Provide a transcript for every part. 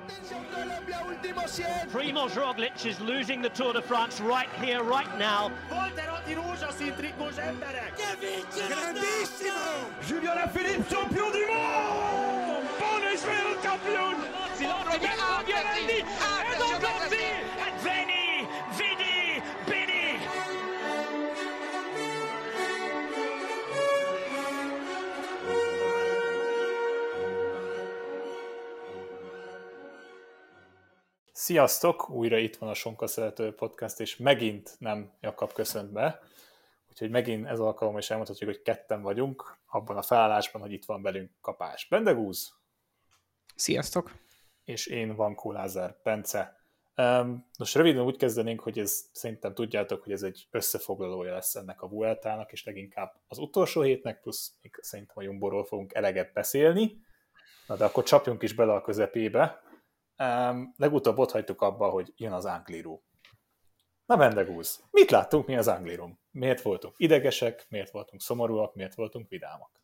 Primoz Roglic is losing the Tour de France right here, right now. Volterotti rózsaszín trikós emberek! Grandissimo! Julien Alaphilippe, champion du monde! Buon Weltkampion! Roberto Fiorelli, Edo Gozzi, and Veni, Vidi, Bini! Sziasztok! Újra itt van a Sonka Szerető Podcast, és megint nem Jakab köszönt be. Úgyhogy megint ez alkalommal is elmondhatjuk, hogy ketten vagyunk, abban a felállásban, hogy itt van velünk Kapás Bendegúz. Sziasztok! És én Vankó Lázár Bence. Most röviden úgy kezdenénk, hogy ez, szerintem tudjátok, hogy ez egy összefoglalója lesz ennek a Vueltának, és leginkább az utolsó hétnek, plusz még szerintem a Jumbo-ról fogunk eleget beszélni. Na de akkor csapjunk is bele a közepébe. Legutóbb ott hagytuk abba, hogy jön az Angliru. Na Bendegúz, mit láttunk mi az Anglirum? Miért voltunk idegesek, miért voltunk szomorúak, miért voltunk vidámak?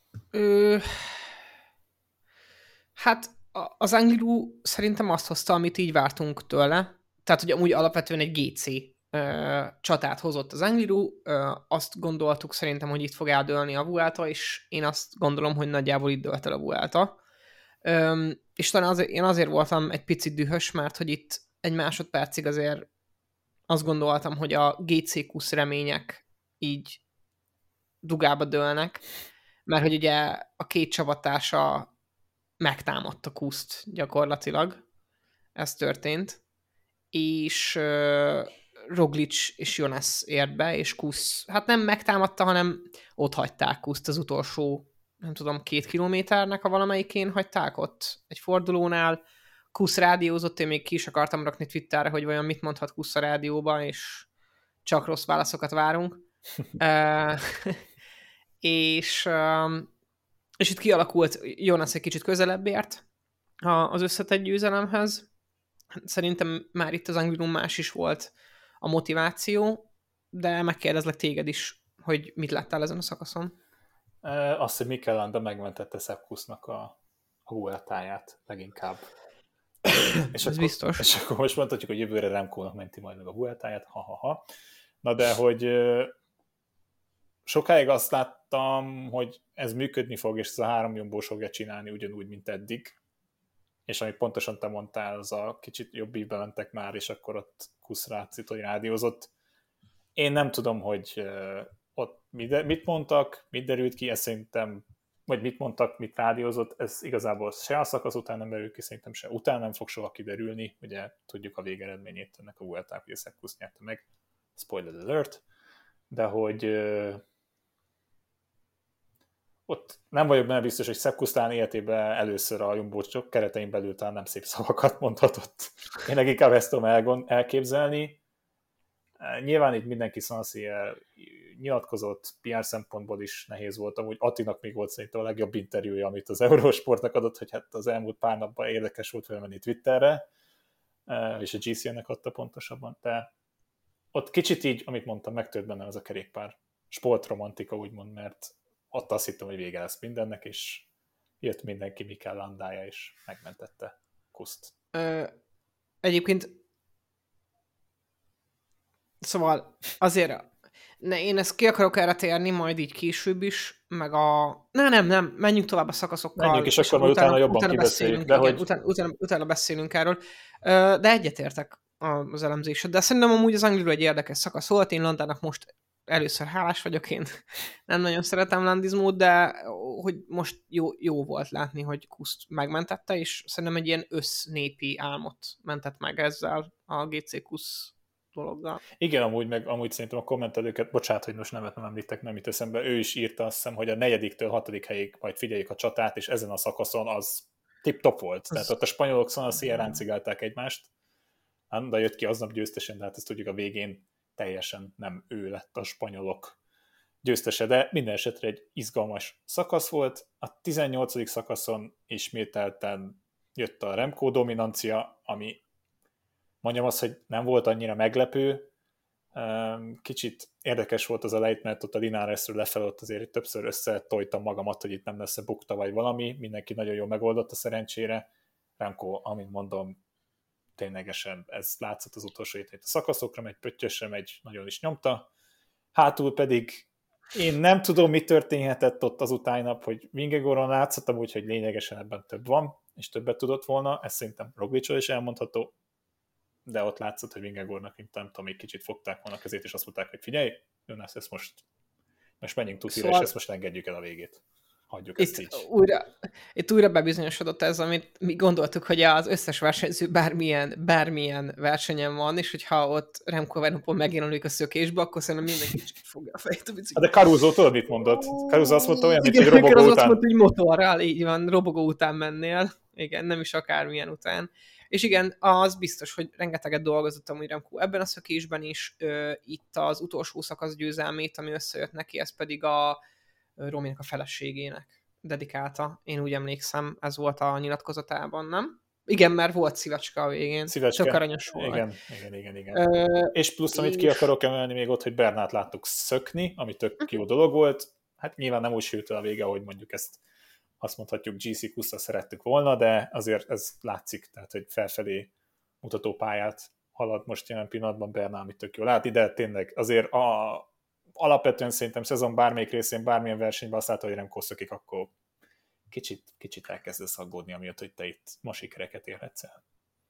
Hát az Angliru szerintem azt hozta, amit így vártunk tőle. Tehát, hogy amúgy alapvetően egy GC csatát hozott az Angliru. Azt gondoltuk szerintem, hogy itt fog eldőlni a Vuelta, és én azt gondolom, hogy nagyjából itt dőlt el a Vuelta. És talán én azért voltam egy picit dühös, mert hogy itt egy másodpercig azért azt gondoltam, hogy a GC-kusz remények így dugába dőlnek, mert hogy ugye a két csapattársa megtámadta Kuszt gyakorlatilag. Ez történt. És Roglic és Jonas ért be, és Kusz hát nem megtámadta, hanem ott hagyták Kuszt az utolsó, nem tudom, 2 kilométernek a valamelyikén hagyták ott egy fordulónál. Kusz rádiózott, én még ki is akartam rakni Twitterre, hogy vajon mit mondhat Kusz a rádióban, és csak rossz válaszokat várunk. És itt kialakult, Jonas egy kicsit közelebb ért az összetett győzelemhez. Szerintem már itt az Anglirum más is volt a motiváció, de megkérdezlek téged is, hogy mit láttál ezen a szakaszon. Azt, hogy Mikel Landa megmentette Sepp Kusznak a Vueltáját leginkább. És ez akkor, biztos. És akkor most mondhatjuk, hogy jövőre Remkónak menti majd meg a Vueltáját, ha-ha-ha. Na de, hogy sokáig azt láttam, hogy ez működni fog, és ez a 3 Jumbós fogja csinálni ugyanúgy, mint eddig. És amit pontosan te mondtál, az a kicsit jobb ívbe mentek már, és akkor ott Kusz látszik, hogy rádiózott. Én nem tudom, hogy ott mit mondtak, mit derült ki, ez szerintem, vagy mit mondtak, mit rádiózott, ez igazából se a szakasz után nem derül ki, szerintem se után nem fog soha kiderülni, ugye tudjuk a végeredményét ennek a Vueltának, hogy a Sepp Kusz nyerte meg, spoiler alert, de hogy ott nem vagyok benne biztos, hogy Sepp Kusz talán életében először a Jumbo keretein belül talán nem szép szavakat mondhatott. Én leginkább ezt tudom elképzelni. Nyilván itt mindenki Sansier nyilatkozott, PR szempontból is nehéz volt. Amúgy Attinak még volt szerintem a legjobb interjúja, amit az Eurosportnak adott, hogy hát az elmúlt pár napban érdekes volt felmenni Twitterre, és a GCN-nek adta pontosabban. De ott kicsit így, amit mondtam, megtört bennem ez a kerékpár sportromantika, úgymond, mert ott azt hittem, hogy vége lesz mindennek, és jött mindenki Mikel Landája, és megmentette Kuszt. Egyébként szóval azért én ezt ki akarok erre térni, majd így később is, meg a... Nem, menjünk tovább a szakaszokkal. Menjünk, és akkor majd utána jobban kibeszéljük. De igen, hogy... utána beszélünk erről. De egyetértek az elemzésed. De szerintem amúgy az Angliru egy érdekes szakasz volt. Én Landának most először hálás vagyok, én nem nagyon szeretem landizmót, de hogy most jó volt látni, hogy Kuszt megmentette, és szerintem egy ilyen össznépi álmot mentett meg ezzel a GC Kusz dologgal. Igen, amúgy szerintem a kommentelőket, bocsánat, hogy most nem említek, nem itt eszembe, ő is írta, azt hiszem, hogy a 4-től 6. helyig majd figyeljük a csatát, és ezen a szakaszon az tip-top volt. Tehát ott a spanyolok Sansier ráncigálták egymást, de jött ki aznap győztesen, de hát ezt tudjuk, a végén teljesen nem ő lett a spanyolok győztese, de minden esetre egy izgalmas szakasz volt. A 18. szakaszon ismételten jött a Remco dominancia, ami mondjam azt, hogy nem volt annyira meglepő. Kicsit érdekes volt az a lejt, mert ott a Linaresről lefelé ott azért többször összetojtam magamat, hogy itt nem lesz-e bukta vagy valami. Mindenki nagyon jól megoldotta szerencsére. Remco, amint mondom, ténylegesen ez látszott az utolsó héten. A szakaszokra megy, pöttyösre megy, nagyon is nyomta. Hátul pedig én nem tudom, mi történhetett ott az utájnap, hogy Vingegaardon látszottam úgy, hogy lényegesen ebben több van, és többet tudott volna, ez szerintem Roglicról is elmondható, de ott látszott, hogy Vingegaardnak, nem tudom, még kicsit fogták volna a kezét, és azt mondták, hogy figyelj, Jonas, ezt most menjünk tutira, szóval... és ezt most engedjük el a végét. Hagyjuk ezt így. Itt újra bebizonyosodott ez, amit mi gondoltuk, hogy az összes versenyző bármilyen versenyen van, és hogyha ott Remco Evenepoel megjelenik a szökésbe, akkor szerintem mindenki csak fogja a fejét a biciklit. De Caruso tudod, mit mondott? Caruso azt mondta olyan, mint egy robogó után. Azt mondta, hogy motorral, így van, robogó után mennél. Igen, nem is akármilyen után. És igen, az biztos, hogy rengeteget dolgozott amúgy Remco ebben a szökésben is. Itt az utolsó szakasz győzelmét, ami összejött neki, ez pedig a Rominak a feleségének dedikálta. Én úgy emlékszem, ez volt a nyilatkozatában, nem? Igen, mert volt szívecske a végén. Szívecske. Tök aranyos volt. Igen. És plusz, amit ki akarok emelni még ott, hogy Bernát láttuk szökni, ami tök jó dolog volt. Hát nyilván nem úgy sült el a vége, ahogy mondjuk ezt azt mondhatjuk GC Kuszra szerettük volna, de azért ez látszik, tehát hogy felfelé mutató pályát halad most jelen pillanatban Bernát, amit tök jó látni, de tényleg azért alapvetően szerintem szezon bármelyik részén, bármilyen versenyben azt látod, hogy Remco szökik, akkor kicsit elkezdesz aggódni, amiatt, hogy te itt ma sikereket érhetsz el.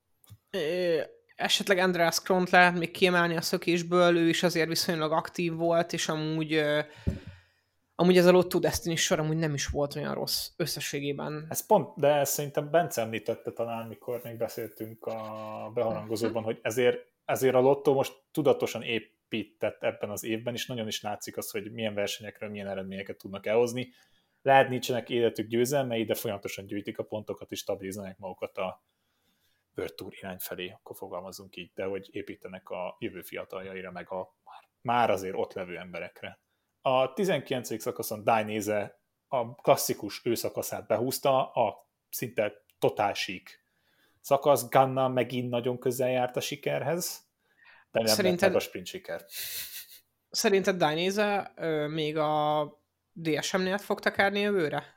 Esetleg Andreas Kront lehet még kiemelni a szökésből, ő is azért viszonylag aktív volt, és amúgy ez a Lotto Destiny sor amúgy nem is volt olyan rossz összességében. Ez pont, de ezt szerintem Bence említette talán, mikor még beszéltünk a beharangozóban, hogy ezért a Lotto most tudatosan épített ebben az évben, és nagyon is látszik az, hogy milyen versenyekről milyen eredményeket tudnak elhozni. Lehet nincsenek életük győzelmei, de folyamatosan gyűjtik a pontokat, és stabilizálják magukat a World Tour irány felé, akkor fogalmazunk így, de hogy építenek a jövő fiataljaira, meg a már azért ott levő emberekre. A 19. szakaszon Dainese a klasszikus őszakaszát behúzta, a szinte totál sík szakasz. Ganna megint nagyon közel járt a sikerhez, de nem lett meg a sprint siker. Szerinted Dainese még a DSM-nél fog tekerni jövőre?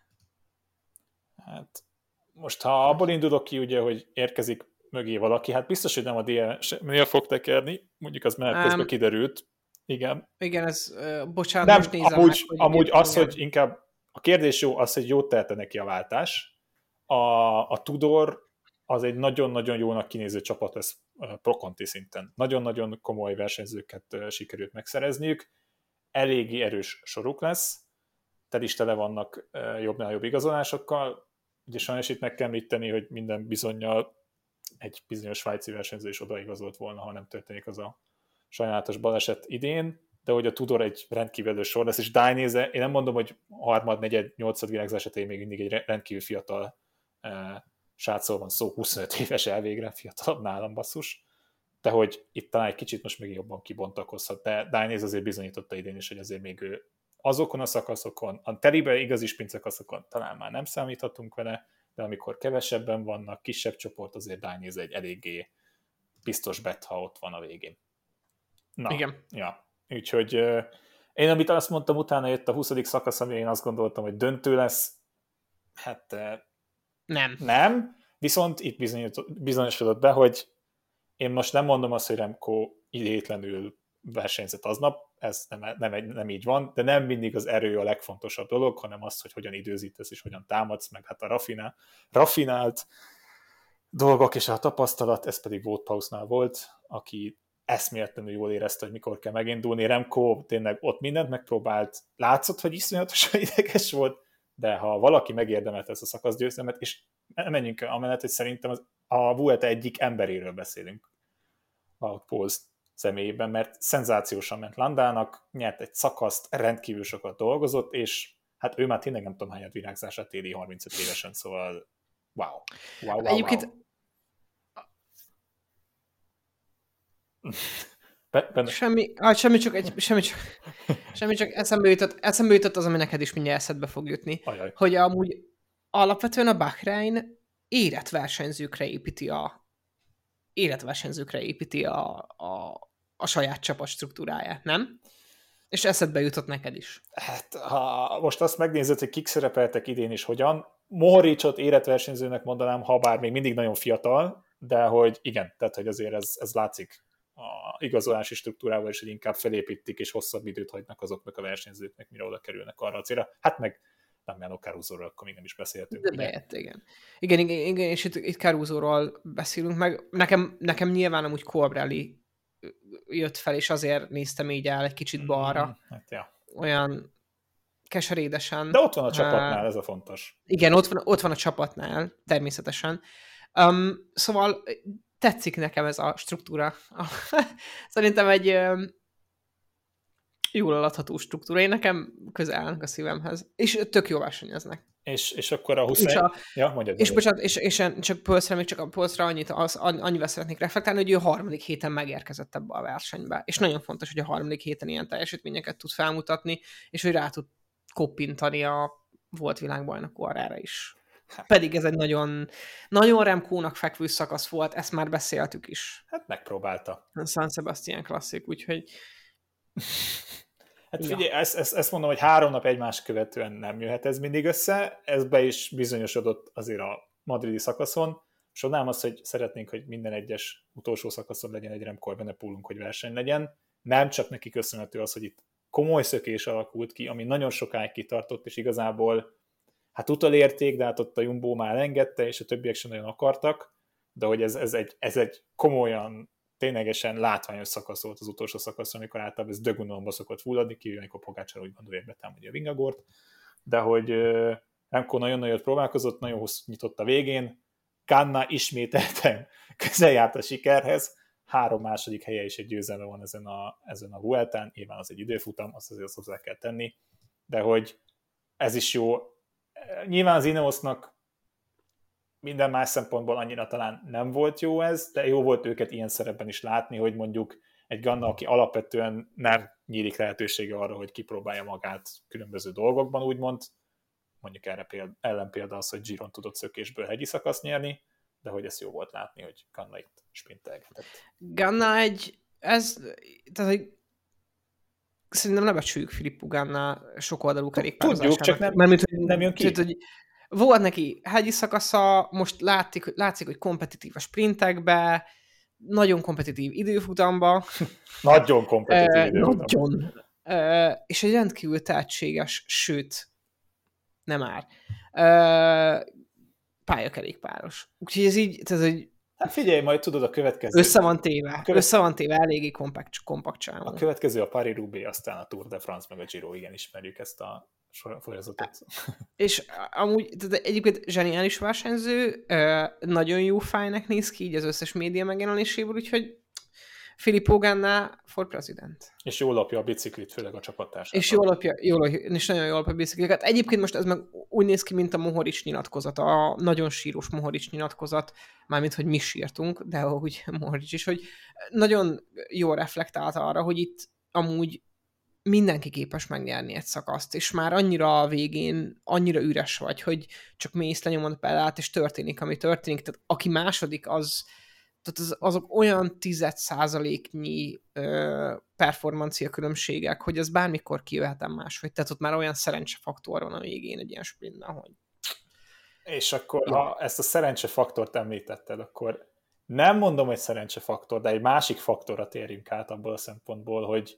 Hát most ha abból indulok ki, ugye, hogy érkezik mögé valaki, hát biztos, hogy nem a DSM-nél fog tekerni, mondjuk az menet közben kiderült. Igen. Igen, ez, bocsánat, nem, most nézem amúgy, meg, hogy amúgy az, hogy inkább a kérdés jó, az, hogy jót telte neki a váltás. A Tudor az egy nagyon-nagyon jónak kinéző csapat lesz pro-conti szinten. Nagyon-nagyon komoly versenyzőket sikerült megszerezniük. Eléggé erős soruk lesz. Tele vannak jobbnál jobb igazolásokkal. Ugye sajnos itt meg kell említeni, hogy minden bizonnyal egy bizonyos svájci versenyző is odaigazolt volna, ha nem történik az a sajnálatos baleset idén, de hogy a Tudor egy rendkívül sor lesz, és Dainese, én nem mondom, hogy harmad, negyed, nyolcad világzás esetén még mindig egy rendkívül fiatal srácról van szó, 25 éves elvégre, fiatalabb nálam basszus, de hogy itt talán egy kicsit most még jobban kibontakozhat, de Dainese azért bizonyította idén is, hogy azért még ő azokon a szakaszokon, a telibe igazi sprint szakaszokon talán már nem számíthatunk vele, de amikor kevesebben vannak, kisebb csoport, azért Dainese egy eléggé biztos bet, ha ott van a végén. Na, igen. Ja. Úgyhogy én, amit azt mondtam, utána jött a 20. szakasz, amire én azt gondoltam, hogy döntő lesz, hát nem. Viszont itt bizonyosodott be, hogy én most nem mondom azt, hogy Remco idétlenül versenyzett aznap, ez nem így van, de nem mindig az erő a legfontosabb dolog, hanem az, hogy hogyan időzítesz és hogyan támadsz, meg hát a raffinált dolgok és a tapasztalat, ez pedig Woutpousnál volt, aki eszméletlenül jól érezte, hogy mikor kell megindulni. Remco tényleg ott mindent megpróbált, látszott, hogy iszonyatosan ideges volt, de ha valaki megérdemelt ezt a szakaszgyőzelmet, és menjünk amellett, hogy szerintem a Vuelta egyik emberéről beszélünk Wout Poels személyében, mert szenzációsan ment Landának, nyert egy szakaszt, rendkívül sokat dolgozott, és hát ő már tényleg nem tudom hányat virágzását éli 35 évesen, szóval wow. Egyébként Semmi csak eszembe jutott az, ami neked is mindjárt eszedbe fog jutni. Ajaj. Hogy amúgy alapvetően a Bahrein életversenyzőkre építi a saját csapat struktúráját, nem? És eszedbe jutott neked is. Hát, ha most azt megnézed, hogy kik szerepeltek idén is hogyan, Mohoricsot érett versenyzőnek mondanám, ha bár még mindig nagyon fiatal, de hogy igen, tehát hogy azért ez látszik a igazolási struktúrával is, hogy inkább felépítik és hosszabb időt hagynak azoknak a versenyzőknek, mire oda kerülnek arra a célra. Hát meg nem olyan Caruso-ról, akkor még nem is beszéltünk. De bejött, igen. Igen, és itt Caruso-ról beszélünk meg. Nekem nyilván amúgy Colbrelli jött fel, és azért néztem így el egy kicsit balra. Hát, ja. Olyan keserédesen. De ott van a csapatnál, ez a fontos. Igen, ott van a csapatnál, természetesen. Szóval tetszik nekem ez a struktúra. Szerintem egy jól eladható struktúra. Én nekem közel állnak a szívemhez. És tök jó versenyeznek. És akkor a 21... Ja, mondjad. És bocsánat, és csak Pulszra, még csak a Pulszra annyival szeretnék reflektálni, hogy ő a harmadik héten megérkezett ebbe a versenybe. És nagyon fontos, hogy a harmadik héten ilyen teljesítményeket tud felmutatni, és hogy rá tud koppintani a volt világbajnok orrára is. Pedig ez egy nagyon, nagyon Remkónak fekvő szakasz volt, ezt már beszéltük is. Hát megpróbálta. San Sebastian klasszik, úgyhogy... Hát figyelj, ezt mondom, hogy 3 nap egymás követően nem jöhet ez mindig össze, ez be is bizonyosodott azért a madridi szakaszon, és onnan az, hogy szeretnénk, hogy minden egyes utolsó szakaszon legyen egy Remco Evenepoelunk, hogy verseny legyen. Nem csak neki köszönhető az, hogy itt komoly szökés alakult ki, ami nagyon sokáig kitartott, és igazából hát utolérték, de hát ott a Jumbo már engedte, és a többiek sem nagyon akartak, de hogy ez egy komolyan, ténylegesen látványos szakasz volt az utolsó szakasz, amikor általában ez dögunalomba szokott fulladni, kívül, amikor Pogačar úgy gondolja, hogy betámadja a Vingagort, de hogy Remco nagyon nagyot próbálkozott, nagyon hosszú nyitott a végén, Ganna ismételten közel járt a sikerhez, 3 második helye és egy győzelme van ezen a Vueltán, nyilván az egy időfutam, azt azért hozzá kell tenni, de hogy ez is jó. Nyilván az Ineosnak minden más szempontból annyira talán nem volt jó ez, de jó volt őket ilyen szerepben is látni, hogy mondjuk egy Ganna, aki alapvetően nem nyílik lehetősége arra, hogy kipróbálja magát különböző dolgokban, úgymond. Mondjuk erre ellenpélda az, hogy Giron tudott szökésből hegyi szakaszt nyerni, de hogy ez jó volt látni, hogy Ganna itt sprintelgetett. Ganna tehát szerintem ne becsüljük Filippo Ganna sokoldalú kerékpározásának. Tudjuk, csak nem jön ki. Hogy volt neki hegyi szakasza, most látszik, hogy kompetitív a sprintekbe, nagyon kompetitív időfutamba. Nagyon kompetitív időfutamba. Nagyon. És egy rendkívül tehetséges, sőt, nem már, pályakerékpáros. Úgyhogy ez így, hát figyelj, majd tudod a következő. Össze van téve eléggé kompakt csávon. A következő a Paris-Roubaix, aztán a Tour de France, meg a Giro, igen, ismerjük ezt a folyamatot. És amúgy egyébként zseniális versenyző, nagyon jó fájnek néz ki így az összes média megjelenéséből, úgyhogy Filippo Ganna for president. És jól lapja a biciklit, főleg a csapattársát. És és nagyon jól lapja a bicikliket. Egyébként most ez meg úgy néz ki, mint a Mohorics nyilatkozat, a nagyon síros Mohorics nyilatkozat, mármint, hogy mi sírtunk, de ahogy Mohorics is, hogy nagyon jól reflektált arra, hogy itt amúgy mindenki képes megnyerni egy szakaszt, és már annyira a végén, annyira üres vagy, hogy csak mész, lenyomod a pedált, és történik, ami történik. Tehát aki második, azok olyan 10%-nyi performancia különbségek, hogy ez bármikor kijöhetem máshogy. Tehát ott már olyan szerencsefaktor van a végén egy ilyen sprintben, hogy... És akkor, ha ezt a szerencsefaktort említetted, akkor nem mondom, hogy szerencsefaktor, de egy másik faktorra térjünk át abból a szempontból, hogy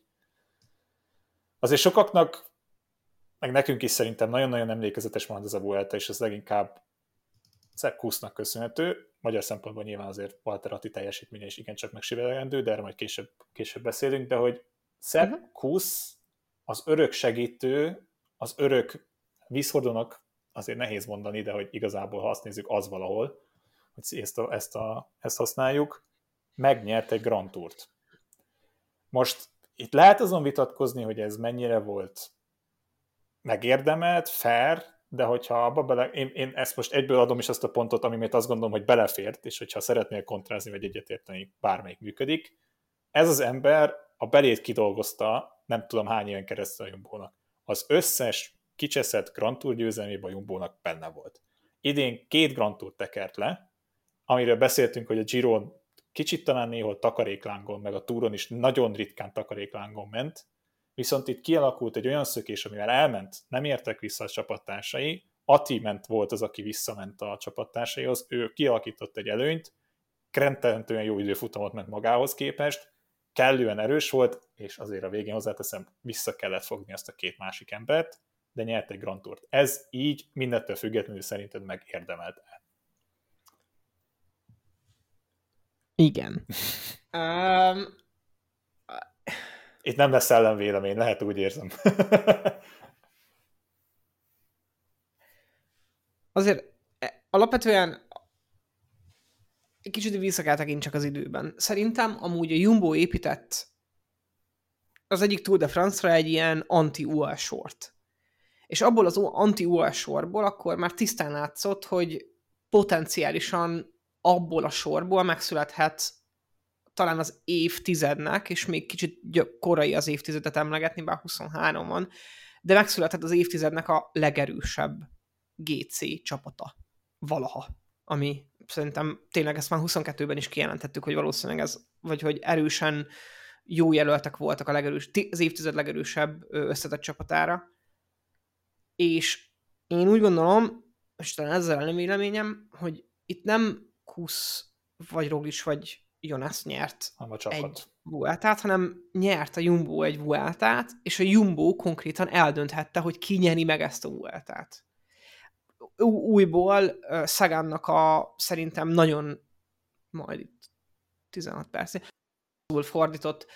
azért sokaknak, meg nekünk is szerintem nagyon-nagyon emlékezetes van ez a Vuelta, és ez leginkább Sepp Kusznak köszönhető. Magyar szempontból nyilván azért Walter Atti teljesítménye is igencsak megsívelendő, de erre majd később beszélünk, de hogy Sepp Kusz az örök segítő, az örök vízhordónak azért nehéz mondani, de hogy igazából, ha azt nézzük, az valahol, hogy ezt használjuk, megnyert egy Grand Tourt. Most itt lehet azon vitatkozni, hogy ez mennyire volt megérdemelt, fair, de hogyha abba én ezt most egyből adom is azt a pontot, amiért azt gondolom, hogy belefért, és hogyha szeretnél kontrázni, vagy egyetérteni, bármelyik működik. Ez az ember a belét kidolgozta, nem tudom hány éven keresztül a Jumbónak. Az összes kicseszett Grand Tour győzelmében a Jumbónak benne volt. Idén 2 Grand Tour tekert le, amiről beszéltünk, hogy a Giron kicsit talán néhol takaréklángol, meg a Touron is nagyon ritkán takaréklángol ment, viszont itt kialakult egy olyan szökés, amivel elment, nem értek vissza a csapattársai, Ati volt az, aki visszament a csapattársaihoz, ő kialakított egy előnyt, rendkívül jó időfutamot ment magához képest, kellően erős volt, és azért a végén hozzáteszem, vissza kellett fogni azt a két másik embert, de nyert egy Grand Tourt. Ez így mindettől függetlenül szerinted megérdemelt. Igen. Itt nem lesz ellenvélemény, lehet úgy érzem. Azért alapvetően egy kicsit vissza kell tekintsek az időben. Szerintem amúgy a Jumbo épített az egyik Tour de France-ra egy ilyen anti-UAE sort. És abból az anti-UAE sorból akkor már tisztán látszott, hogy potenciálisan abból a sorból megszülethet talán az évtizednek, és még kicsit korai az évtizedet emlegetni, bár 23 van, de megszülethet az évtizednek a legerősebb GC csapata valaha, ami szerintem tényleg ezt már 22-ben is kijelentettük, hogy valószínűleg ez, vagy hogy erősen jó jelöltek voltak az évtized legerősebb összetett csapatára. És én úgy gondolom, és talán ezzel a véleményem, hogy itt nem Kusz, vagy Roglic, vagy Jonas nyert egy Vueltát, hanem nyert a Jumbo egy Vueltát, és a Jumbo konkrétan eldönthette, hogy ki nyeri meg ezt a Vueltát. Újból Sagannak a szerintem nagyon majd itt 16 perc fordított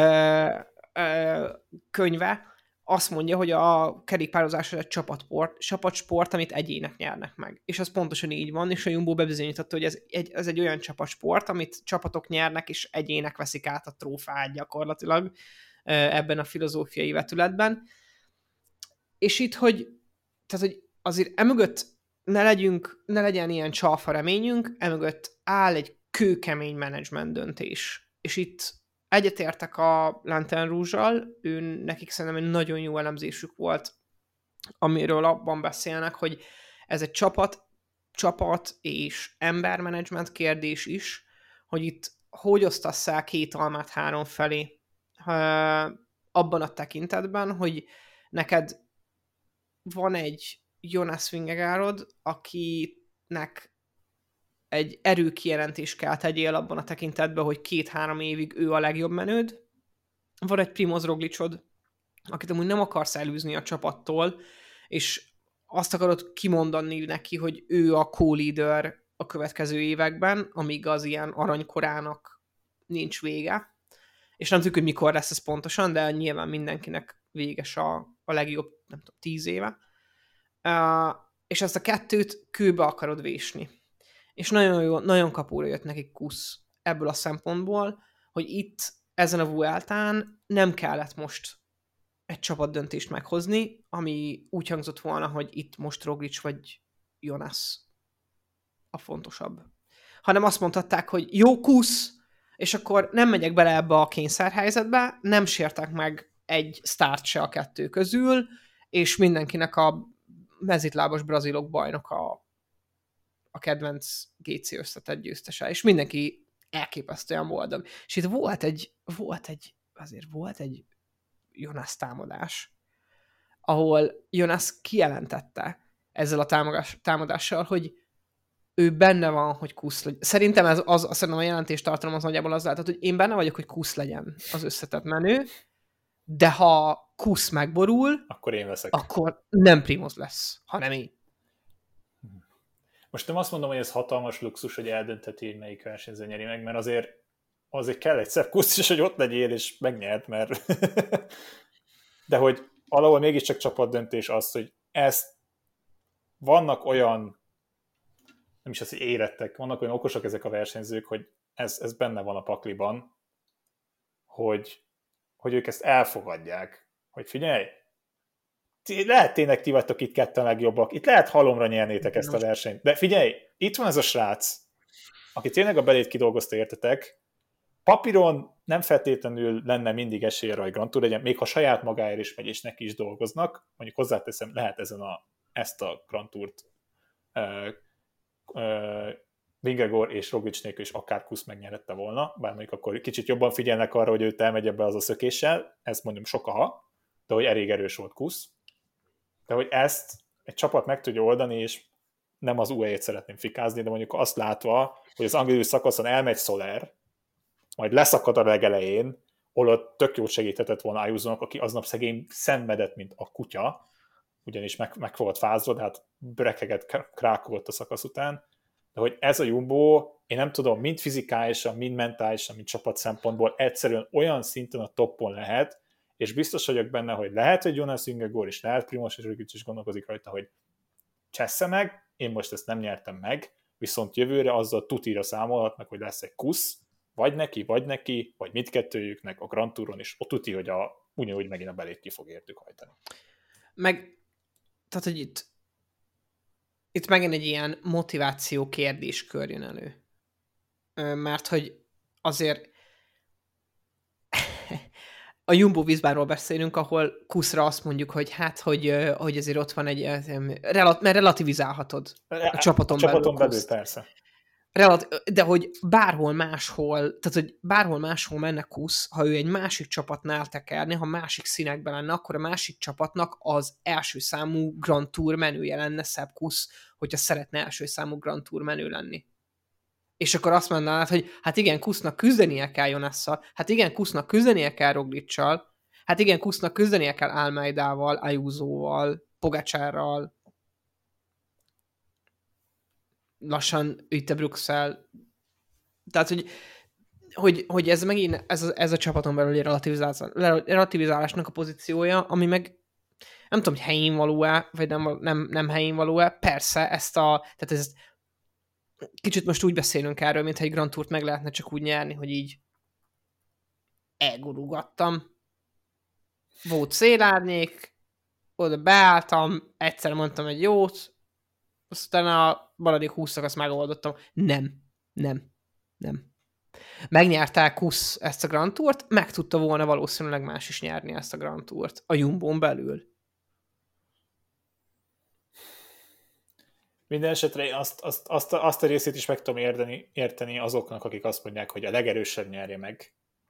könyve azt mondja, hogy a kerékpározás egy csapatsport, amit egyének nyernek meg. És az pontosan így van, és a Jumbo bebizonyította, hogy ez egy olyan csapatsport, amit csapatok nyernek, és egyének veszik át a trófeát gyakorlatilag ebben a filozófiai vetületben. És itt, hogy azért emögött ne legyen ilyen csalfa reményünk, emögött áll egy kőkemény menedzsment döntés. És itt egyetértek a Lanterne Rouge-al, nekik szerintem egy nagyon jó elemzésük volt, amiről abban beszélnek, hogy ez egy csapat és embermenedzsment kérdés is, hogy itt hogy osztasszák két almát három felé abban a tekintetben, hogy neked van egy Jonas Vingegaard, akinek egy erőkijelentést kell tegyél abban a tekintetben, hogy 2-3 évig ő a legjobb menőd. Van egy Primoz Roglicod, akit amúgy nem akarsz elűzni a csapattól, és azt akarod kimondani neki, hogy ő a co-leader a következő években, amíg az ilyen aranykorának nincs vége. És nem tudjuk, hogy mikor lesz ez pontosan, de nyilván mindenkinek véges a legjobb, nem tudom, 10 éve. És ezt a kettőt kőbe akarod vésni. És nagyon jó, nagyon kapóra jött nekik Kusz ebből a szempontból, hogy itt ezen a Vueltán nem kellett most egy csapatdöntést meghozni, ami úgy hangzott volna, hogy itt most Roglic vagy Jonas a fontosabb. Hanem azt mondhatták, hogy jó Kusz, és akkor nem megyek bele ebbe a kényszerhelyzetbe, nem sértek meg egy sztárt se a kettő közül, és mindenkinek a mezitlábos brazilok bajnok a kedvenc GC összetett győztese, és mindenki elképesztően boldog. És itt volt egy Jonas támadás, ahol Jonas kijelentette ezzel a támadással, hogy ő benne van, hogy Kusz legyen. Szerintem szerintem a jelentés tartalom az nagyjából az lehetett, hogy én benne vagyok, hogy Kusz legyen az összetett menő, de ha Kusz megborul, akkor én leszek. Akkor nem Primoz lesz, hanem én. Most nem azt mondom, hogy ez hatalmas luxus, hogy eldöntheti, hogy melyik versenyző nyeri meg, mert azért kell egy szebb Kusz is, hogy ott legyél, és megnyert, mert de hogy valahol mégiscsak csapatdöntés az, hogy vannak olyan, nem is az, hogy érettek, vannak olyan okosak ezek a versenyzők, hogy ez benne van a pakliban, hogy ők ezt elfogadják, hogy figyelj, lehet tényleg ti vagytok itt ketten legjobbak, itt lehet halomra nyernétek ezt a versenyt, de figyelj, itt van ez a srác, aki tényleg a belét kidolgozta, értetek, papíron nem feltétlenül lenne mindig esélye rá, hogy Grand Tour legyen, még ha saját magáért is megy, és neki is dolgoznak, mondjuk hozzáteszem, lehet ezt a Grand Tourt Vingegaard és Roglic nélkül is akár Kusz megnyerette volna, bár mondjuk akkor kicsit jobban figyelnek arra, hogy őt elmegy ebbe az a szökéssel, ezt mondom sokaha, de hogy elég erős volt Kusz, de hogy ezt egy csapat meg tudja oldani, és nem az UE-t szeretném fikázni, de mondjuk azt látva, hogy az Angliru szakaszon elmegy Soler, majd leszakad a legelején, ahol tök jót segíthetett volna Ayuso-nak, aki aznap szegény szenvedett, mint a kutya, ugyanis meg volt fázva, de hát brekeget krákolott a szakasz után, de hogy ez a Jumbo, én nem tudom, mind fizikálisan, mind mentálisan, mind csapat szempontból egyszerűen olyan szinten a toppon lehet, és biztos vagyok benne, hogy lehet, hogy Jonas Vingegaard is, lehet Primož Roglič is gondolkozik rajta, hogy csessze meg, én most ezt nem nyertem meg, viszont jövőre azzal tutira számolhatnak, hogy lesz egy kusz, vagy neki, vagy mindkettőjüknek a Grand Touron is, ott tuti, hogy ugyanúgy megint a belét ki fog értük hajtani. Meg, tehát, hogy itt megint egy ilyen motiváció kérdéskör jön elő. Mert hogy azért a Jumbo Vismáról beszélünk, ahol kuszra azt mondjuk, hogy hát, hogy azért ott van egy, mert relativizálhatod a csapaton belül persze. De hogy bárhol máshol, tehát hogy bárhol máshol menne kusz, ha ő egy másik csapatnál tekerni, ha másik színekben lenne, akkor a másik csapatnak az első számú Grand Tour menüje lenne Sepp Kusz, hogyha szeretne első számú Grand Tour menü lenni. És akkor azt mondanád, hogy hát igen, Kusznak küzdenie kell Jonasszal, hát igen, Kusznak küzdenie kell Rogličsal, hát igen, Kusznak küzdenie kell Almeidával, Ayusoval, Pogačarral, lassan itt a Bruxelles. Tehát, hogy ez megint ez a csapaton belüli relativizálásnak a pozíciója, ami meg nem tudom, hogy helyén való-e, vagy nem helyén való-e. Persze, tehát ez kicsit most úgy beszélünk erről, mintha egy Grand Tourt meg lehetne csak úgy nyerni, hogy így elgurulgattam. Volt szélárnyék, oda beálltam, egyszer mondtam egy jót, aztán a maradék 20 szakasz megoldottam. Nem. Megnyerták Kusz ezt a Grand Tourt, meg tudta volna valószínűleg más is nyerni ezt a Grand Tourt a Jumbón belül. Minden esetre én azt a részét is meg tudom érteni azoknak, akik azt mondják, hogy a legerősebb nyerje meg.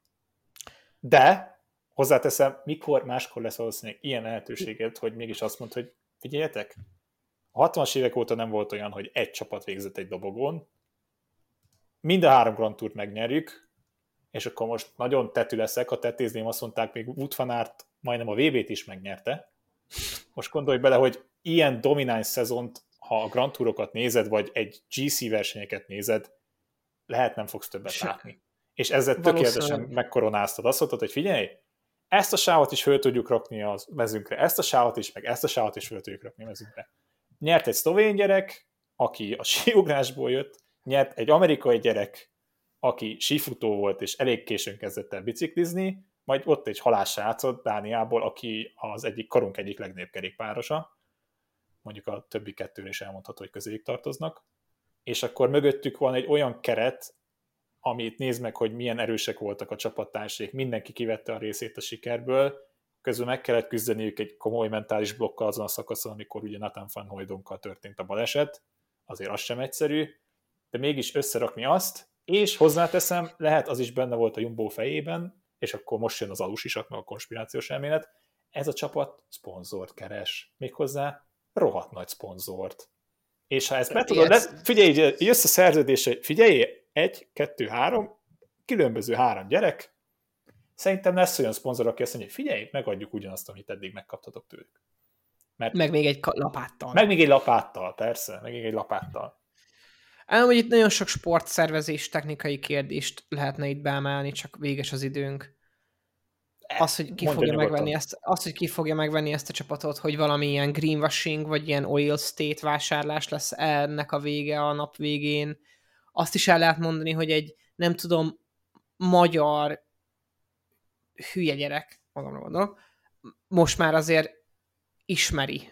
De hozzáteszem, mikor máskor lesz valószínűleg ilyen lehetőséged, hogy mégis azt mondd, hogy figyeljetek, a 60-as évek óta nem volt olyan, hogy egy csapat végzett egy dobogón, mind a 3 Grand Tourt megnyerjük, és akkor most nagyon tetű leszek, ha tetézném, azt mondták, még Wout van Aert majdnem a VB-t is megnyerte. Most gondolj bele, hogy ilyen domináns szezont, ha a Grand Tourokat nézed, vagy egy GC versenyeket nézed, lehet nem fogsz többet látni. És ezzel tökéletesen megkoronáztad. Azt mondtad, hogy figyelj, ezt a sávot is föl tudjuk rakni a mezünkre, ezt a sávot is, meg ezt a sávot is föl tudjuk rakni a mezünkre. Nyert egy szlovén gyerek, aki a síugrásból jött, nyert egy amerikai gyerek, aki sífutó volt, és elég későn kezdett el biciklizni, majd ott egy halássrácot Dániából, aki az egyik karunk egyik legnagyobb kerékpárosa, mondjuk a többi kettőre is elmondható, hogy közéjük tartoznak, és akkor mögöttük van egy olyan keret, amit nézd meg, hogy milyen erősek voltak a csapattársaik, mindenki kivette a részét a sikerből, közben meg kellett küzdeniük egy komoly mentális blokkal azon a szakaszon, amikor ugye Nathan van Hooydonkkal történt a baleset, azért az sem egyszerű, de mégis összerakni azt, és hozzáteszem, lehet az is benne volt a Jumbo fejében, és akkor most jön az alusisak, meg a konspirációs elmélet, ez a csapat szponzort keres, méghozzá rohadt nagy szponzort. És ha ezt be tudod, figyelj, jössz a szerződésre, figyelj, 1, 2, 3, különböző 3 gyerek, szerintem lesz olyan szponzor, aki azt mondja, hogy figyelj, megadjuk ugyanazt, amit eddig megkaptatok tőlük. Meg még egy lapáttal. Meg még egy lapáttal, persze, meg még egy lapáttal. Hogy itt nagyon sok sportszervezés technikai kérdést lehetne itt beemelni, csak véges az időnk. Az, hogy ki fogja megvenni ezt a csapatot, hogy valami ilyen greenwashing, vagy ilyen oil state vásárlás lesz ennek a vége a nap végén. Azt is el lehet mondani, hogy egy, nem tudom, magyar hülye gyerek, magamra gondolok, most már azért ismeri,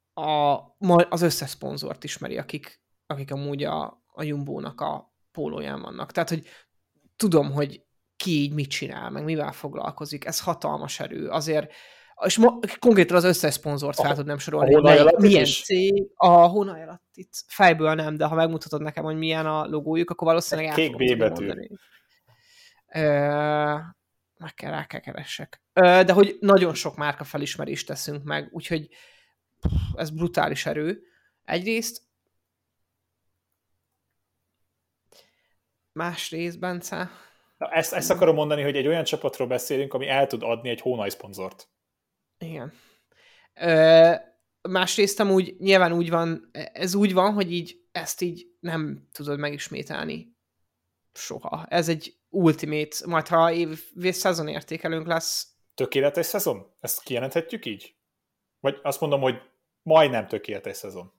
az összes szponzort ismeri, akik amúgy a Jumbónak a pólóján vannak. Tehát, hogy tudom, hogy ki így mit csinál, meg mivel foglalkozik. Ez hatalmas erő. Azért, és konkrétan az összes szponzort fel tudnám sorolni. Milyen cég? A hónaj alatt itt fejből nem, de ha megmutatod nekem, hogy milyen a logójuk, akkor valószínűleg el fogom tudni mondani. Meg kell rá kell keressek. De hogy nagyon sok márka felismerést teszünk meg, úgyhogy ez brutális erő. Egyrészt, másrészt, Bence... Na, ezt akarom mondani, hogy egy olyan csapatról beszélünk, ami el tud adni egy hónajszponzort. Igen. Másrészt amúgy nyilván úgy van, ez úgy van, hogy így ezt így nem tudod megismételni soha. Ez egy ultimate, majd ha szezon értékelőnk lesz. Tökéletes szezon? Ezt kijelenthetjük így? Vagy azt mondom, hogy majdnem tökéletes szezon.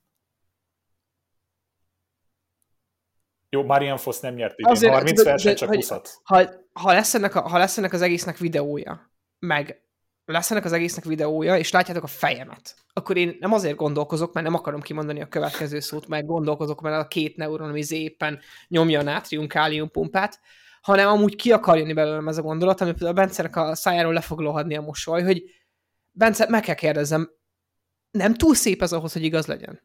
Jó, Marian Foss nem nyert idén 30 versenyt, csak 20-at. Ha lesz ennek az egésznek videója, meg lesz ennek az egésznek videója, és látjátok a fejemet, akkor én nem azért gondolkozok, mert nem akarom kimondani a következő szót, meg gondolkozok, mert a 2 neuron, ami éppen nyomja a nátrium-kálium pumpát, hanem amúgy ki akar jönni belőlem ez a gondolat, ami például a Bencenek a szájáról le fog lohadni a mosoly, hogy Bence, meg kell kérdezzem, nem túl szép ez ahhoz, hogy igaz legyen?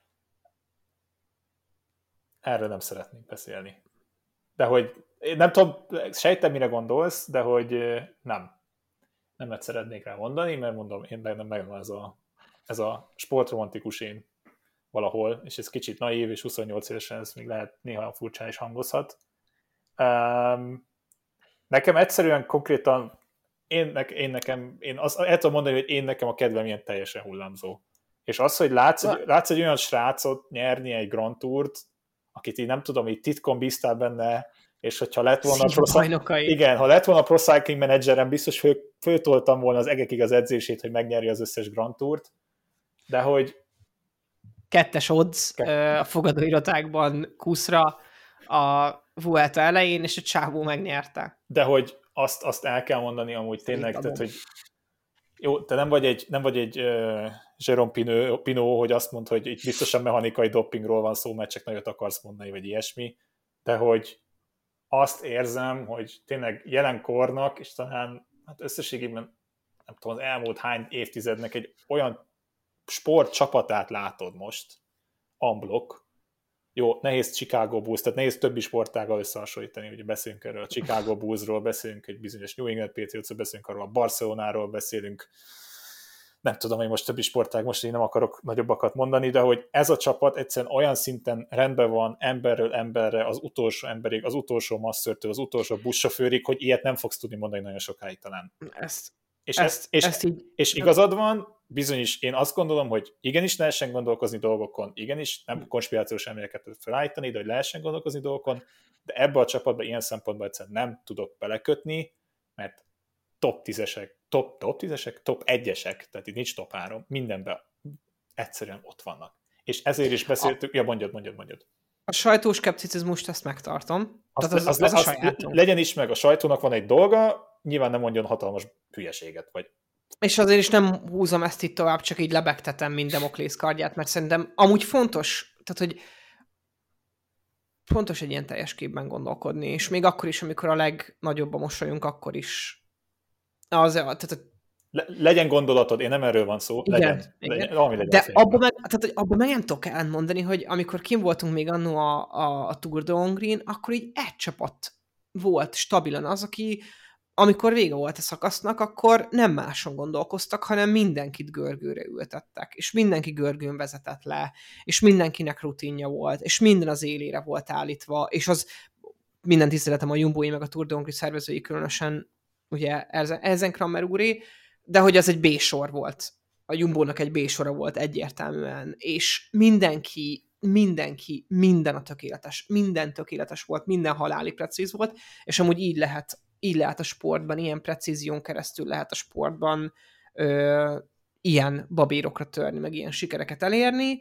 Erről nem szeretnék beszélni. De hogy, nem tudom, sejtem, mire gondolsz, de hogy nem szeretnék rá mondani, mert mondom, én megvan ez a sportromantikus én valahol, és ez kicsit naív, és 28 évesen ez még lehet néha furcsán is hangozhat. Nekem egyszerűen konkrétan én el tudom mondani, hogy nekem a kedvem ilyen teljesen hullámzó. És az, hogy látsz egy olyan srácot nyerni egy Grand Tourt, akit így nem tudom, így titkon bíztál benne, és hogyha lett volna ha lett volna a Pro Cycling Managerem, biztos föltoltam volna az egekig az edzését, hogy megnyerje az összes Grand Tourt, de hogy 2-es odds a fogadóirodákban Kuszra a Vuelta elején, és a csávó megnyerte. De hogy azt el kell mondani amúgy tényleg, tehát, hogy jó, te nem vagy egy Jérôme Pinot, hogy azt mondd, hogy itt biztosan mechanikai dopingról van szó, mert csak nagyot akarsz mondani, vagy ilyesmi, de hogy azt érzem, hogy tényleg jelenkornak, és talán hát összességében nem tudom, az elmúlt hány évtizednek egy olyan sportcsapatát látod most, unblock. Jó, nehéz Chicago Bulls, tehát nehéz többi sportággal összehasonlítani, ugye beszélünk erről a Chicago Bullsról, beszélünk egy bizonyos New England Patriotsról, beszélünk arról a Barcelonáról, beszélünk, nem tudom, hogy most többi sportág, most én nem akarok nagyobbakat mondani, de hogy ez a csapat egyszerűen olyan szinten rendben van emberről emberre, az utolsó emberig, az utolsó masszörtől, az utolsó buszsofőrig, hogy ilyet nem fogsz tudni mondani nagyon sokáig talán. És igazad van, bizonyos, én azt gondolom, hogy igenis lehessen gondolkozni dolgokon, igenis nem konspirációs elméleteket felállítani, de hogy lehessen gondolkozni dolgokon, de ebbe a csapatba ilyen szempontból egyszerűen nem tudok belekötni, mert top 10-esek, top 1-esek, tehát itt nincs top 3, mindenben egyszerűen ott vannak. És ezért is beszéltük, mondjad. A sajtóskepticizmust ezt megtartom. Az a sajátom. Legyen is meg, a sajtónak van egy dolga, nyilván nem mondjon hatalmas hülyeséget, vagy... És azért is nem húzom ezt itt tovább, csak így lebegtetem, mint Damoklész kardját, mert szerintem amúgy fontos, tehát hogy fontos egy ilyen teljes képben gondolkodni, és még akkor is, amikor a legnagyobb a mosolyunk, akkor is legyen gondolatod, én nem erről van szó, legyen. De abban meg nem tudok elmondani, hogy amikor kim voltunk még annó a Tour de Hongrin, akkor így egy csapat volt stabilan az, aki amikor vége volt a szakasznak, akkor nem máson gondolkoztak, hanem mindenkit görgőre ültettek, és mindenki görgőn vezetett le, és mindenkinek rutinja volt, és minden az élére volt állítva, és az minden tiszteletem a Jumbo-i meg a Tour de Hongri szervezői, különösen ugye Elzen Kramer úré, de hogy az egy B-sor volt. A Jumbo-nak egy B-sora volt egyértelműen, és minden tökéletes volt, minden halálig precíz volt, és amúgy így lehet a sportban, ilyen precízión keresztül lehet a sportban ilyen babérokra törni, meg ilyen sikereket elérni.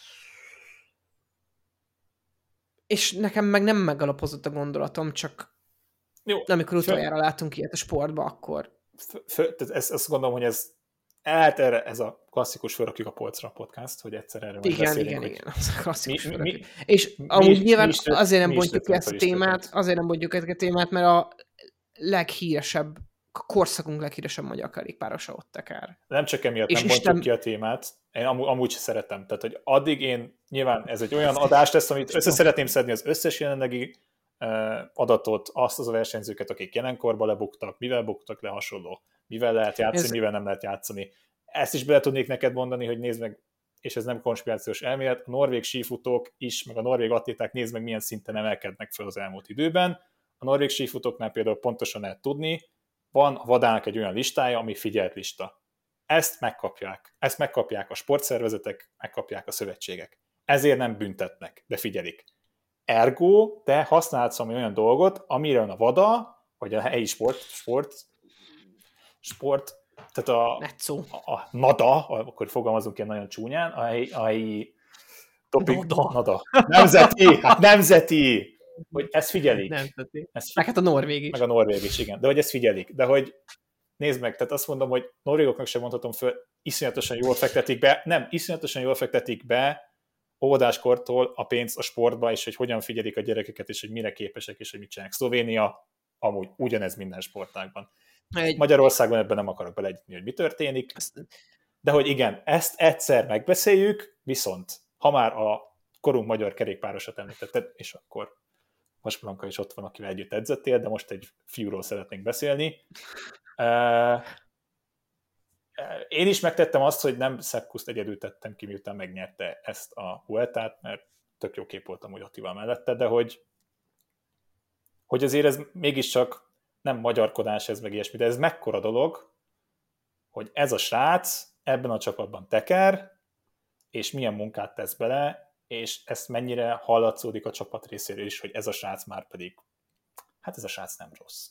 És nekem meg nem megalapozott a gondolatom, csak jó, amikor utoljára látunk ilyet a sportba, akkor... Ezt gondolom, hogy ez a klasszikus fölrakjuk a polcra podcast, hogy egyszer erről beszélünk. Igen, az a klasszikus és amúgy nyilván azért nem bontjuk ki ezt a témát, mert a leghíresebb, a korszakunk leghíresebb magyar kerékpárosa ott tekár. Nem csak emiatt nem bontjuk ki a témát, én amúgy sem szeretem. Tehát, hogy addig én, nyilván ez egy olyan adás lesz, amit össze szeretném szedni az összes jelenlegi adatot, azt az a versenyzőket, akik jelenkorban lebuktak, mivel buktak le hasonló, mivel lehet játszani, mivel nem lehet játszani. ezt is bele tudnék neked mondani, hogy nézd meg, és ez nem konspirációs elmélet, a norvég sífutók is, meg a norvég atléták nézd meg, milyen szinten emelkednek fel az elmúlt időben. A norvég sífutóknál például pontosan lehet tudni, van a Vadának egy olyan listája, ami figyelt lista. Ezt megkapják a sportszervezetek, megkapják a szövetségek. Ezért nem büntetnek, de figyelik. Ergo, te használhatsz olyan dolgot, amire a VADA, vagy a helyi sport, tehát a NADA, akkor fogalmazunk ilyen nagyon csúnyán, a helyi NADA. Nemzeti! Hogy ezt figyelik. Nemzeti. Meg hát a norvég is. Meg a norvég is, igen. De hogy ezt figyelik. De hogy nézd meg, tehát azt mondom, hogy norvégoknak sem mondhatom föl, iszonyatosan jól fektetik be óvodáskortól a pénzt a sportba, és hogy hogyan figyelik a gyerekeket, és hogy mire képesek, és hogy mit csinálnak. Szlovénia amúgy ugyanez minden sportágban. Magyarországon ebben nem akarok beleegyetni, hogy mi történik. De hogy igen, ezt egyszer megbeszéljük, viszont ha már a korunk magyar kerékpárosat említetted, és akkor Vas Blanka is ott van, akivel együtt edzettél, de most egy fiúról szeretnénk beszélni. Én is megtettem azt, hogy nem Sepp Kußt egyedül tettem ki, miután megnyerte ezt a Vueltát, mert tök jó kép voltam, hogy Attival mellette, de hogy azért ez mégiscsak nem magyarkodás, ez meg ilyesmi, de ez mekkora dolog, hogy ez a srác ebben a csapatban teker, és milyen munkát tesz bele, és ezt mennyire hallatszódik a csapat részéről is, hogy ez a srác már pedig, hát ez a srác nem rossz.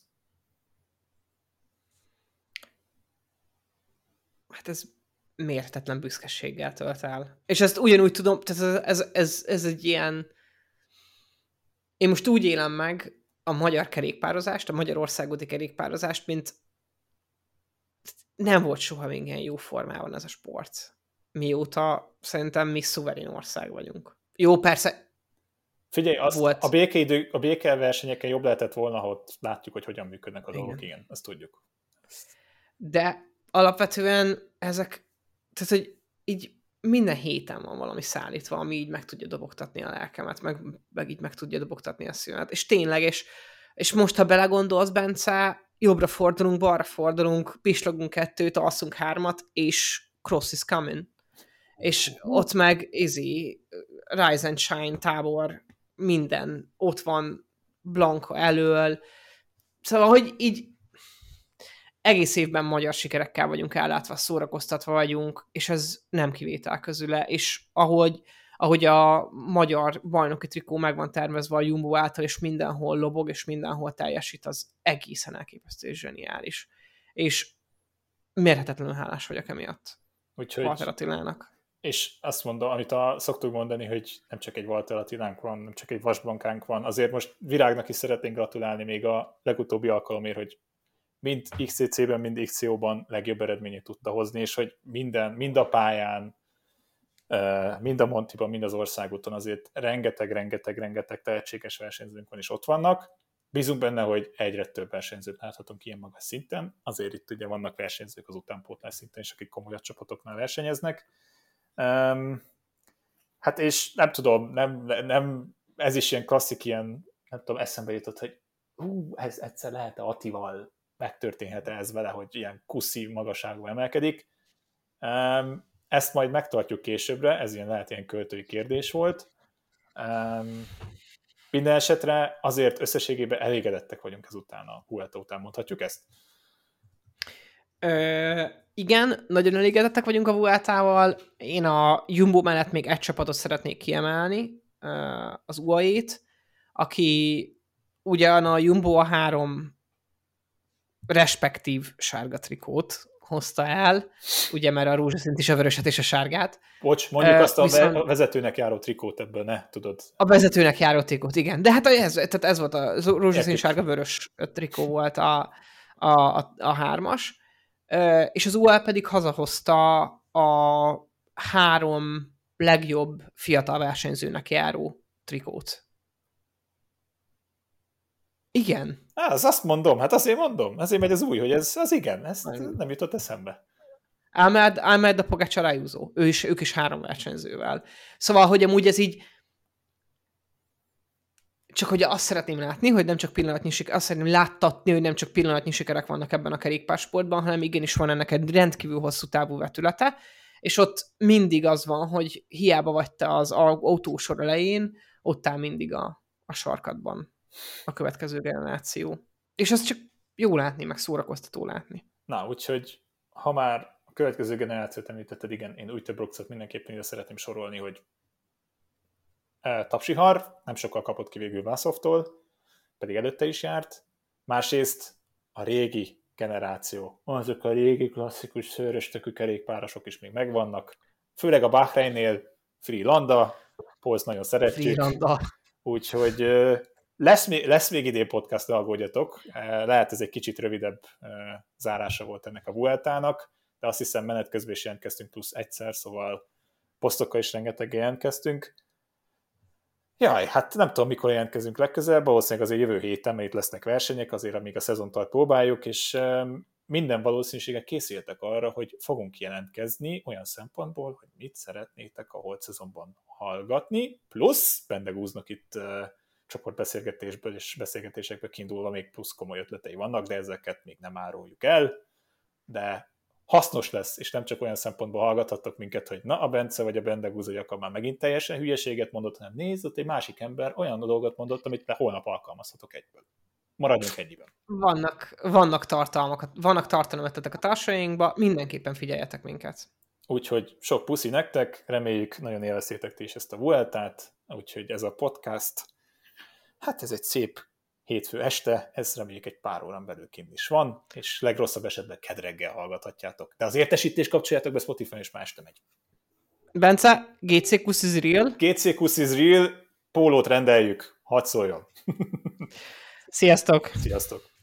Hát ez mérhetetlen büszkeséggel tölt el. És ezt ugyanúgy tudom, tehát ez egy ilyen... Én most úgy élem meg a magyar kerékpározást, a magyarországúti kerékpározást, mint nem volt soha még ilyen jó formában ez a sport. Mióta szerintem mi szuverén ország vagyunk. Jó, persze. Figyelj, a békeversenyeken jobb lehetett volna, ha ott látjuk, hogy hogyan működnek a dolgok, igen, azt tudjuk. De alapvetően ezek, tehát hogy így minden héten van valami szállítva, ami így meg tudja dobogtatni a lelkemet, meg így meg tudja dobogtatni a szívemet. És tényleg, és most, ha belegondolsz, Bence, jobbra fordulunk, balra fordulunk, pislogunk 2-t, alszunk 3-at, és cross is coming. És ott meg Rise and Shine tábor, minden, ott van Blanka elől. Szóval, hogy így egész évben magyar sikerekkel vagyunk ellátva, szórakoztatva vagyunk, és ez nem kivétel közüle, és ahogy a magyar bajnoki trikó meg van tervezve a Jumbo által, és mindenhol lobog, és mindenhol teljesít, az egészen elképesztő és zseniális. És mérhetetlenül hálás vagyok emiatt. Walter Attilának. És azt mondom, amit szoktuk mondani, hogy nem csak egy Walter Attilánk van, nem csak egy Vas Blankánk van, azért most Virágnak is szeretnénk gratulálni még a legutóbbi alkalomért, hogy mind XCC-ben, mind XCO-ban legjobb eredményét tudta hozni, és hogy mind a pályán, mind a Montiban, mind az országúton azért rengeteg tehetséges versenyzőnk van, és ott vannak. Bízunk benne, hogy egyre több versenyzőt láthatunk ilyen magas szinten. Azért itt ugye vannak versenyzők az utánpótlás szinten is, akik komolyabb csapatoknál versenyeznek. Hát és nem tudom, nem ez is ilyen klasszik, ilyen, nem tudom, eszembe jutott, hogy ez egyszer lehet-e Attival, megtörténhet ez vele, hogy ilyen kuszi magasságú emelkedik. Ezt majd megtartjuk későbbre, ez lehet ilyen költői kérdés volt. Minden esetre azért összességében elégedettek vagyunk ezután, a Vuelta után, mondhatjuk ezt? Igen, nagyon elégedettek vagyunk a Vueltával. Én a Jumbo mellett még egy csapatot szeretnék kiemelni, az UAE-t, aki ugyan a Jumbo a 3 respektív sárga trikót hozta el, ugye, mert a rózsaszínt is, a vöröset és a sárgát. Bocs, mondjuk azt a vezetőnek járó trikót ebből, ne tudod. A vezetőnek járó trikót, igen. De hát ez volt a rózsaszín sárga vörös trikó volt a 3-as. És az UAE pedig hazahozta a 3 legjobb fiatal versenyzőnek járó trikót. Igen. Azt mondom, hát azért mondom. Azért megy az új, hogy az igen, ez nem jutott eszembe. Almeida, Pogačar, Ayuso. Ők is 3 versenyzővel. Szóval, hogy amúgy ez így Csak hogy azt szeretném látni, hogy nem csak pillanatnyi sikerek, azt szeretném láttatni, hogy nem csak pillanatnyi sikerek vannak ebben a kerékpársportban, hanem igenis van ennek egy rendkívül hosszú távú vetülete, és ott mindig az van, hogy hiába vagy te az autósor elején, ott áll mindig a sarkadban a következő generáció. És az csak jó látni, meg szórakoztató látni. Na, úgyhogy ha már a következő generációt említetted, igen, én Uijtdebroeksot mindenképpen ide szeretném sorolni, hogy Tapsihar nem sokkal kapott ki végül Vászovtól, pedig előtte is járt. Másrészt a régi generáció, azok a régi klasszikus szőröstökű kerékpárosok is még megvannak, főleg a Bahreinnél Free Landa, Polsz nagyon szeretjük, úgyhogy lesz még idén podcast, ne aggódjatok, lehet ez egy kicsit rövidebb zárása volt ennek a Vueltának, de azt hiszem menet közben is jelentkeztünk plusz egyszer, szóval posztokkal is rengeteg jelentkeztünk. Jaj, hát nem tudom, mikor jelentkezünk legközelebb, valószínűleg azért jövő héten, mert itt lesznek versenyek, azért amíg a szezontart próbáljuk, és minden valószínűséggel készültek arra, hogy fogunk jelentkezni olyan szempontból, hogy mit szeretnétek a holt szezonban hallgatni, plusz Bendegúznak itt csoportbeszélgetésből és beszélgetésekből kiindulva még plusz komoly ötletei vannak, de ezeket még nem áruljuk el, de hasznos lesz, és nem csak olyan szempontból hallgathattok minket, hogy na, a Bence vagy a Bendegúz, hogy akkor már megint teljesen hülyeséget mondott, hanem nézd, ott egy másik ember olyan dolgot mondott, amit holnap alkalmazhatok egyből. Maradjunk ennyiben. Vannak tartalomötletek a társainkba, mindenképpen figyeljetek minket. Úgyhogy sok puszi nektek, reméljük nagyon élveztétek ti is ezt a Vueltát, úgyhogy ez a podcast, hát ez egy szép hétfő este, ez reméljük egy pár órán belül kint is van, és legrosszabb esetben kedreggel hallgathatjátok. De az értesítést kapcsoljátok be Spotify-on, és már este megy. Bence, GC Kusz is real? GC Kusz is real, pólót rendeljük, hadd szóljon. Sziasztok! Sziasztok!